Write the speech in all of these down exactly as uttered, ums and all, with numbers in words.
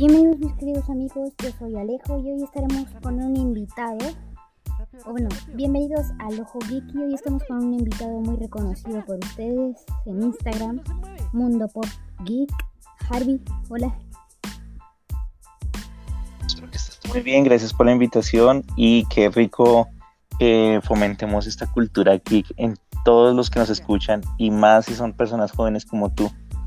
Bienvenidos mis queridos amigos, yo soy Alejo y hoy estaremos con un invitado. O bueno, bienvenidos al Ojo Geek y hoy estamos con un invitado muy reconocido por ustedes en Instagram, Mundo Pop Geek. Harvey, hola. Espero que estés muy bien, gracias por la invitación y qué rico que fomentemos esta cultura geek en todos los que nos escuchan y más si son personas jóvenes como tú.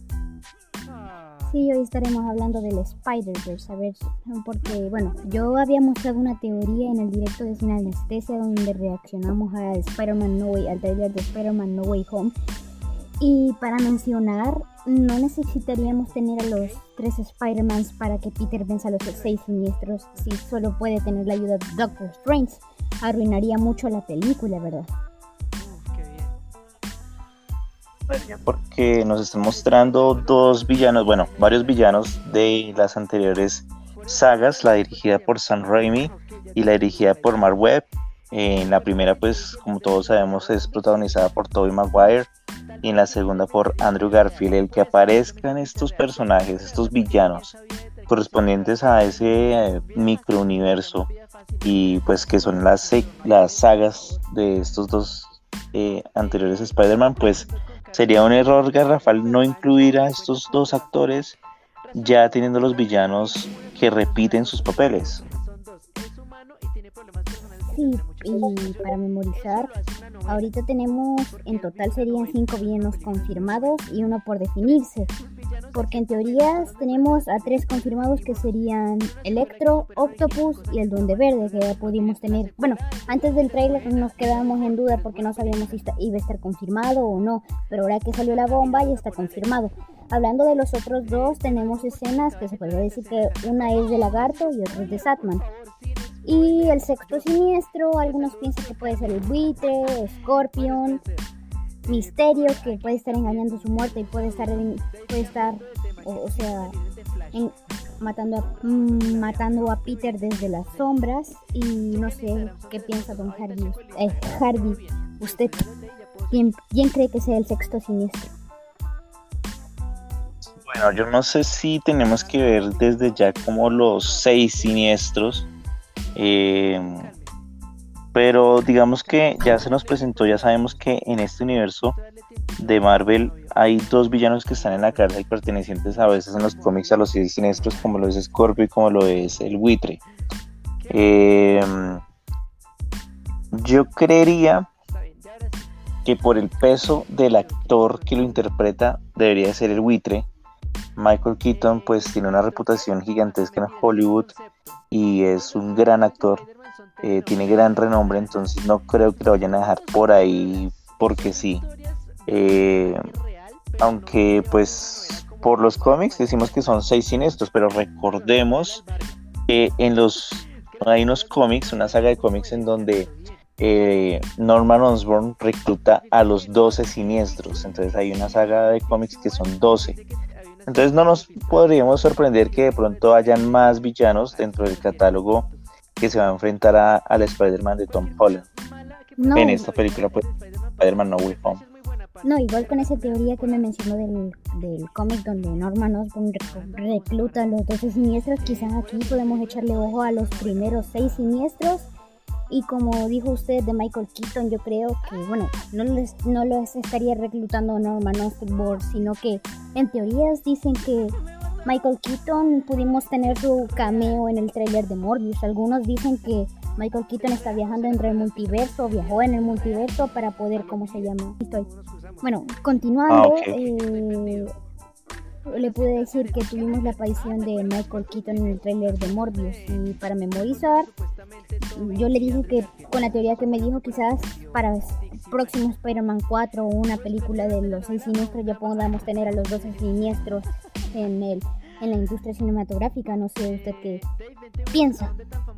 Sí, hoy estaremos hablando del Spider-Verse, a ver, porque, bueno, yo había mostrado una teoría en el directo de Sin Anestesia donde reaccionamos a Spider-Man No Way, al trailer de Spider-Man No Way Home. Y para mencionar, no necesitaríamos tener a los tres Spider-Mans para que Peter venza a los seis siniestros si solo puede tener la ayuda de Doctor Strange. Arruinaría mucho la película, ¿verdad? Porque nos están mostrando dos villanos, bueno, varios villanos de las anteriores sagas, la dirigida por Sam Raimi y la dirigida por Mark Webb. En la primera, pues, como todos sabemos, es protagonizada por Tobey Maguire y en la segunda por Andrew Garfield. El que aparezcan estos personajes, estos villanos correspondientes a ese eh, microuniverso y pues que son las, las sagas de estos dos eh, anteriores Spider-Man, pues sería un error garrafal no incluir a estos dos actores ya teniendo los villanos que repiten sus papeles. Sí, y para memorizar, ahorita tenemos, en total serían cinco villanos confirmados y uno por definirse, porque en teoría tenemos a tres confirmados que serían Electro, Octopus y el Duende Verde, que ya pudimos tener. Bueno, antes del trailer nos quedábamos en duda porque no sabíamos si iba a estar confirmado o no, pero ahora que salió la bomba ya está confirmado. Hablando de los otros dos, tenemos escenas que se podría decir que una es de Lagarto y otra es de Sandman. Y el sexto siniestro, algunos piensan que puede ser el Buitre, Scorpion, Misterio, que puede estar engañando su muerte y puede estar, en, puede estar o, o sea, en, matando, a, mm, matando a Peter desde las sombras. Y no sé qué piensa don Harvey. Eh, Harvey, ¿usted quién, quién cree que sea el sexto siniestro? Bueno, yo no sé si tenemos que ver desde ya como los seis siniestros. Eh, pero digamos que ya se nos presentó, ya sabemos que en este universo de Marvel hay dos villanos que están en la cárcel pertenecientes a veces en los cómics a los seis siniestros, como lo es Scorpio y como lo es el Buitre. Eh, yo creería que por el peso del actor que lo interpreta debería ser el Buitre. Michael Keaton pues tiene una reputación gigantesca en Hollywood y es un gran actor, eh, tiene gran renombre, entonces no creo que lo vayan a dejar por ahí porque sí. Eh, aunque pues por los cómics decimos que son seis siniestros, pero recordemos que en los hay unos cómics, una saga de cómics en donde eh, Norman Osborn recluta a los doce siniestros, entonces hay una saga de cómics que son doce. Entonces no nos podríamos sorprender que de pronto hayan más villanos dentro del catálogo que se va a enfrentar a, al Spider-Man de Tom Holland. No. En esta película, pues, Spider-Man No Way Home. No, igual con esa teoría que me mencionó del, del cómic donde Norman Osborn recluta a los doce siniestros, quizás aquí podemos echarle ojo a los primeros seis siniestros. Y como dijo usted de Michael Keaton, yo creo que, bueno, no les, no les estaría reclutando Norman Osborn, sino que en teorías dicen que Michael Keaton pudimos tener su cameo en el tráiler de Morbius. Algunos dicen que Michael Keaton está viajando entre el multiverso, viajó en el multiverso para poder, ¿cómo se llama? Estoy. Bueno, continuando, ah, okay. eh, le pude decir que tuvimos la aparición de Michael Keaton en el tráiler de Morbius. Y para memorizar, yo le dije que con la teoría que me dijo, quizás para el próximo Spider-Man cuatro o una película de los seis siniestros ya podamos tener a los doce siniestros en el en la industria cinematográfica. No sé usted qué piensa.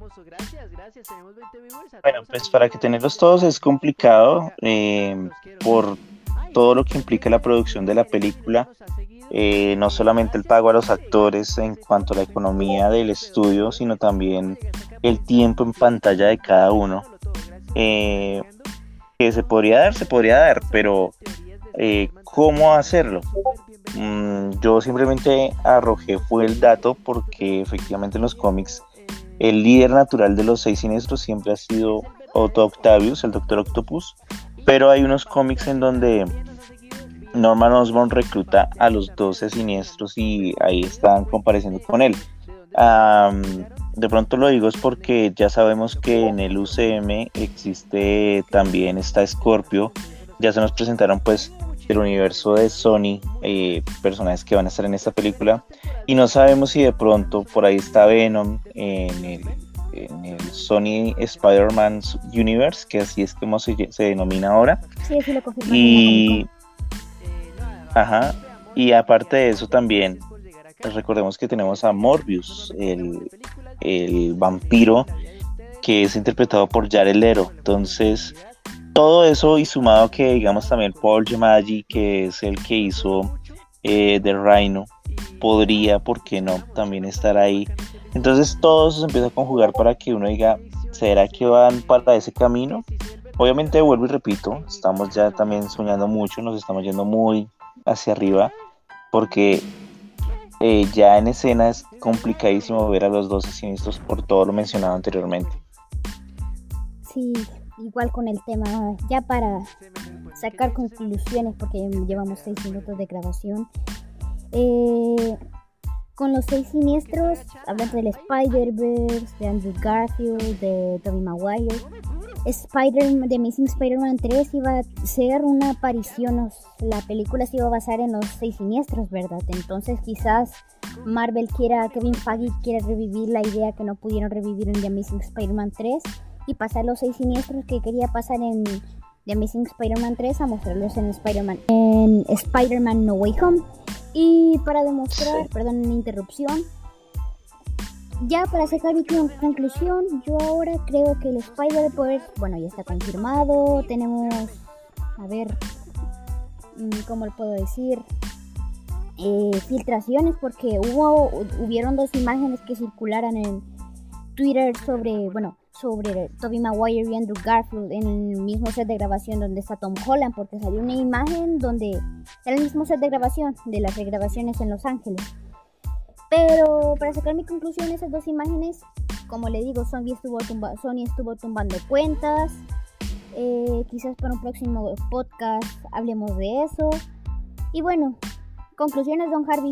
Bueno, pues para que tenerlos todos es complicado eh, por todo lo que implica la producción de la película. Eh, no solamente el pago a los actores en cuanto a la economía del estudio, sino también el tiempo en pantalla de cada uno. Eh, que se podría dar, se podría dar, pero eh, ¿Cómo hacerlo? Mm, yo simplemente arrojé fue el dato porque efectivamente en los cómics el líder natural de los Seis Siniestros siempre ha sido Otto Octavius, el Doctor Octopus, pero hay unos cómics en donde Norman Osborn recluta a los doce siniestros y ahí están compareciendo con él. Um, de pronto lo digo es porque ya sabemos que en el U C M existe también esta Scorpio, ya se nos presentaron pues del universo de Sony eh, personajes que van a estar en esta película y no sabemos si de pronto por ahí está Venom en el, en el Sony Spider-Man Universe, que así es como se, se denomina ahora. Sí, sí lo confirmé. Y ajá, y aparte de eso también pues recordemos que tenemos a Morbius, el, el vampiro que es interpretado por Jared Leto. Entonces todo eso y sumado a que digamos también Paul Giamatti, que es el que hizo eh, The Rhino, podría, ¿por qué no?, también estar ahí. Entonces todo eso se empieza a conjugar para que uno diga, ¿será que van para ese camino? Obviamente vuelvo y repito, estamos ya también soñando mucho, nos estamos yendo muy hacia arriba, porque eh, ya en escena es complicadísimo ver a los doce siniestros por todo lo mencionado anteriormente. Sí, igual con el tema, ya para sacar conclusiones, porque llevamos seis minutos de grabación, eh, con los seis siniestros, hablando del Spider-Verse, de Andrew Garfield, de Tobey Maguire, Spider The Amazing Spider-Man tres iba a ser una aparición, la película se iba a basar en los seis siniestros, ¿verdad? Entonces quizás Marvel quiera, Kevin Feige quiera revivir la idea que no pudieron revivir en The Amazing Spider-Man tres y pasar los seis siniestros que quería pasar en The Amazing Spider-Man tres a mostrarlos en Spider-Man en Spider-Man No Way Home. Y para demostrar, perdón la interrupción, ya para sacar mi conclusión, yo ahora creo que el Spider-Verse, bueno, ya está confirmado. Tenemos, a ver, ¿cómo lo puedo decir? Eh, filtraciones, porque hubo, hubieron dos imágenes que circularan en Twitter sobre, bueno, sobre Tobey Maguire y Andrew Garfield en el mismo set de grabación donde está Tom Holland, porque salió una imagen donde era el mismo set de grabación de las regrabaciones en Los Ángeles. Pero para sacar mi conclusión, esas dos imágenes, como le digo, Sony estuvo, tumba, Sony estuvo tumbando cuentas. Eh, quizás para un próximo podcast hablemos de eso. Y bueno, conclusiones, don Harvey.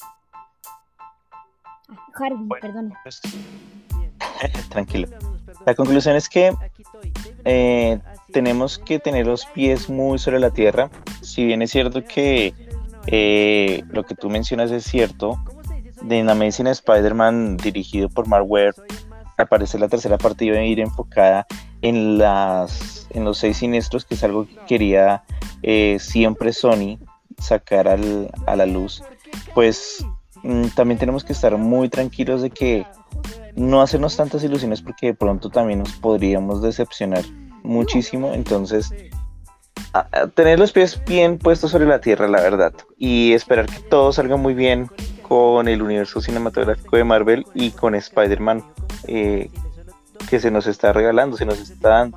Ah, Harvey, bueno, perdón. Pues, tranquilo. La conclusión es que eh, tenemos que tener los pies muy sobre la tierra. Si bien es cierto que eh, lo que tú mencionas es cierto, de Amazing Spider-Man dirigido por Mark Webb aparece la tercera parte y iba a ir enfocada en las en los seis siniestros, que es algo que quería eh, siempre Sony sacar al, a la luz. Pues mm, también tenemos que estar muy tranquilos de que no hacernos tantas ilusiones, porque de pronto también nos podríamos decepcionar muchísimo. Entonces a, a tener los pies bien puestos sobre la tierra, la verdad, y esperar que todo salga muy bien con el universo cinematográfico de Marvel y con Spider-Man eh, que se nos está regalando, se nos está dando.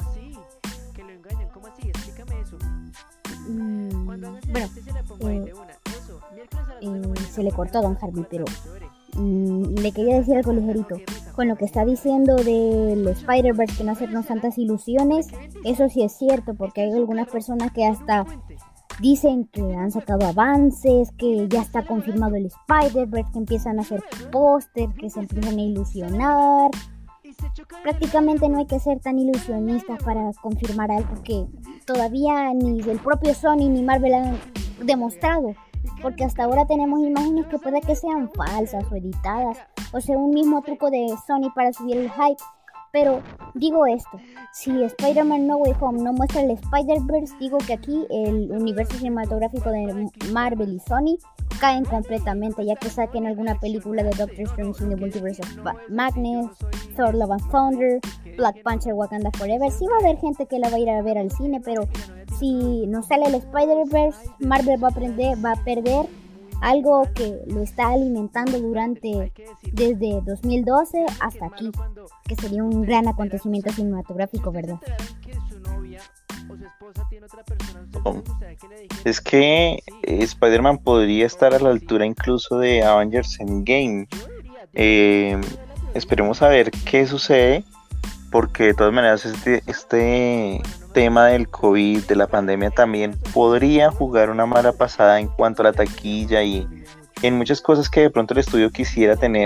Mm, bueno, eh, eh, se le cortó a don Harvey, pero mm, le quería decir algo ligerito. Con lo que está diciendo del Spider-Verse, que no hacernos tantas ilusiones, eso sí es cierto, porque hay algunas personas que hasta dicen que han sacado avances, que ya está confirmado el Spider-Verse, que empiezan a hacer póster, que se empiezan a ilusionar. Prácticamente no hay que ser tan ilusionistas para confirmar algo que todavía ni el propio Sony ni Marvel han demostrado, porque hasta ahora tenemos imágenes que puede que sean falsas o editadas, o sea, un mismo truco de Sony para subir el hype. Pero digo esto, si Spider-Man No Way Home no muestra el Spider-Verse, digo que aquí el universo cinematográfico de Marvel y Sony caen completamente, ya que saquen alguna película de Doctor Strange in the Multiverse of Madness, Thor Love and Thunder, Black Panther Wakanda Forever. Sí va a haber gente que la va a ir a ver al cine, pero si no sale el Spider-Verse, Marvel va a, aprender, va a perder algo que lo está alimentando durante desde dos mil doce hasta aquí, que sería un gran acontecimiento cinematográfico, ¿verdad? Es que eh, Spider-Man podría estar a la altura incluso de Avengers Endgame. Eh, Esperemos a ver qué sucede, porque de todas maneras este, este tema del COVID, de la pandemia, también podría jugar una mala pasada en cuanto a la taquilla y en muchas cosas que de pronto el estudio quisiera tener,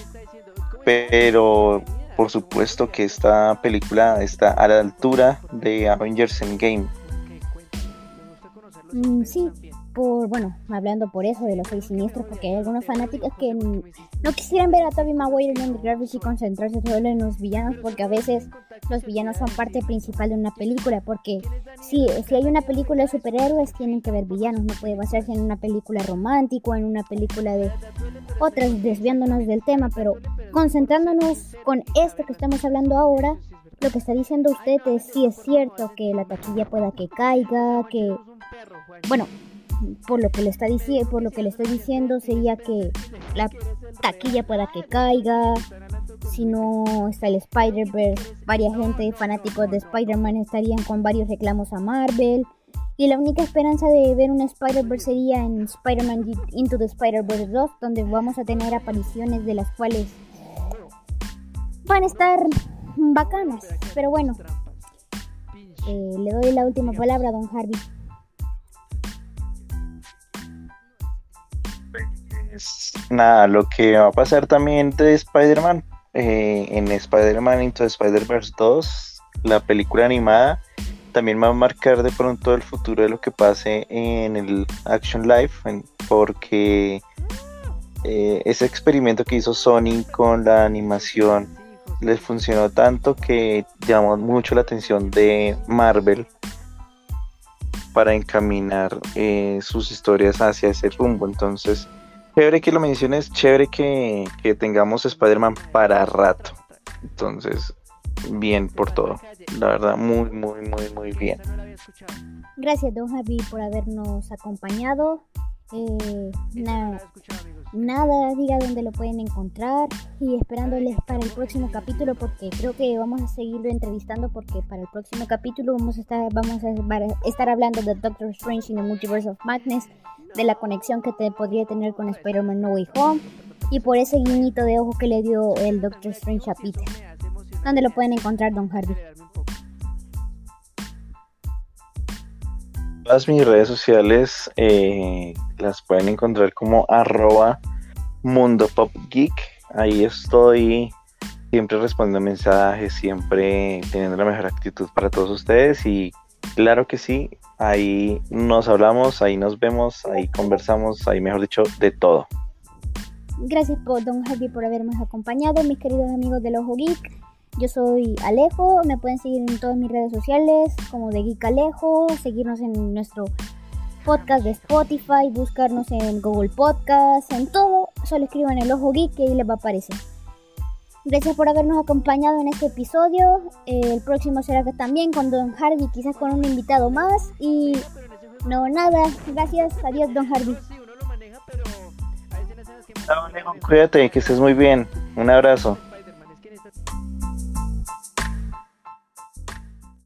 pero por supuesto que esta película está a la altura de Avengers Endgame. Mm, sí, por, bueno, hablando por eso de los seis siniestros, porque hay algunos fanáticos que n- no quisieran ver a Tobey Maguire en Andrew Garfield y concentrarse solo en los villanos, porque a veces los villanos son parte principal de una película, porque si, si hay una película de superhéroes, tienen que ver villanos, no puede basarse en una película romántica o en una película de otras, desviándonos del tema, pero concentrándonos con esto que estamos hablando ahora. Lo que está diciendo usted es sí es cierto que la taquilla pueda que caiga, que bueno, por lo que le está diciendo, por lo que le estoy diciendo sería que la taquilla pueda que caiga. Si no está el Spider-Verse, varias gente fanáticos de Spider-Man estarían con varios reclamos a Marvel. Y la única esperanza de ver un Spider-Verse sería en Spider-Man Into the Spider-Verse dos, donde vamos a tener apariciones de las cuales van a estar bacanas. Pero bueno, eh, le doy la última palabra a don Harvey. Pues, nada, lo que va a pasar también de Spider-Man, eh, en Spider-Man Into the Spider-Verse dos, la película animada, también va a marcar de pronto el futuro de lo que pase en el Action Life, en- porque eh, ese experimento que hizo Sony con la animación les funcionó tanto que llamó mucho la atención de Marvel para encaminar eh, sus historias hacia ese rumbo. Entonces, chévere que lo menciones, chévere que, que tengamos Spider-Man para rato. Entonces, bien por todo. La verdad, muy, muy, muy, muy bien. Gracias, don Javi, por habernos acompañado. Eh, na- nada, diga dónde lo pueden encontrar y esperándoles para el próximo capítulo, porque creo que vamos a seguirlo entrevistando, porque para el próximo capítulo vamos a estar, vamos a estar hablando de Doctor Strange in the Multiverse of Madness, de la conexión que te podría tener con Spider-Man No Way Home y por ese guiñito de ojo que le dio el Doctor Strange a Peter. ¿Dónde lo pueden encontrar, don Harvey? Todas mis redes sociales eh, las pueden encontrar como arroba Mundo Pop Geek. Ahí estoy siempre respondiendo mensajes, siempre teniendo la mejor actitud para todos ustedes y claro que sí, ahí nos hablamos, ahí nos vemos, ahí conversamos, ahí mejor dicho, de todo. Gracias por don Javi por habernos acompañado, mis queridos amigos del Ojo Geek. Yo soy Alejo, me pueden seguir en todas mis redes sociales como de Geek Alejo, seguirnos en nuestro podcast de Spotify, buscarnos en Google Podcast, en todo, solo escriban el Ojo Geek y ahí les va a aparecer. Gracias por habernos acompañado en este episodio, eh, el próximo será que también con don Harvey, quizás con un invitado más y no nada, gracias, adiós don Harvey. Chao, Alejo, cuídate, que estés muy bien, un abrazo.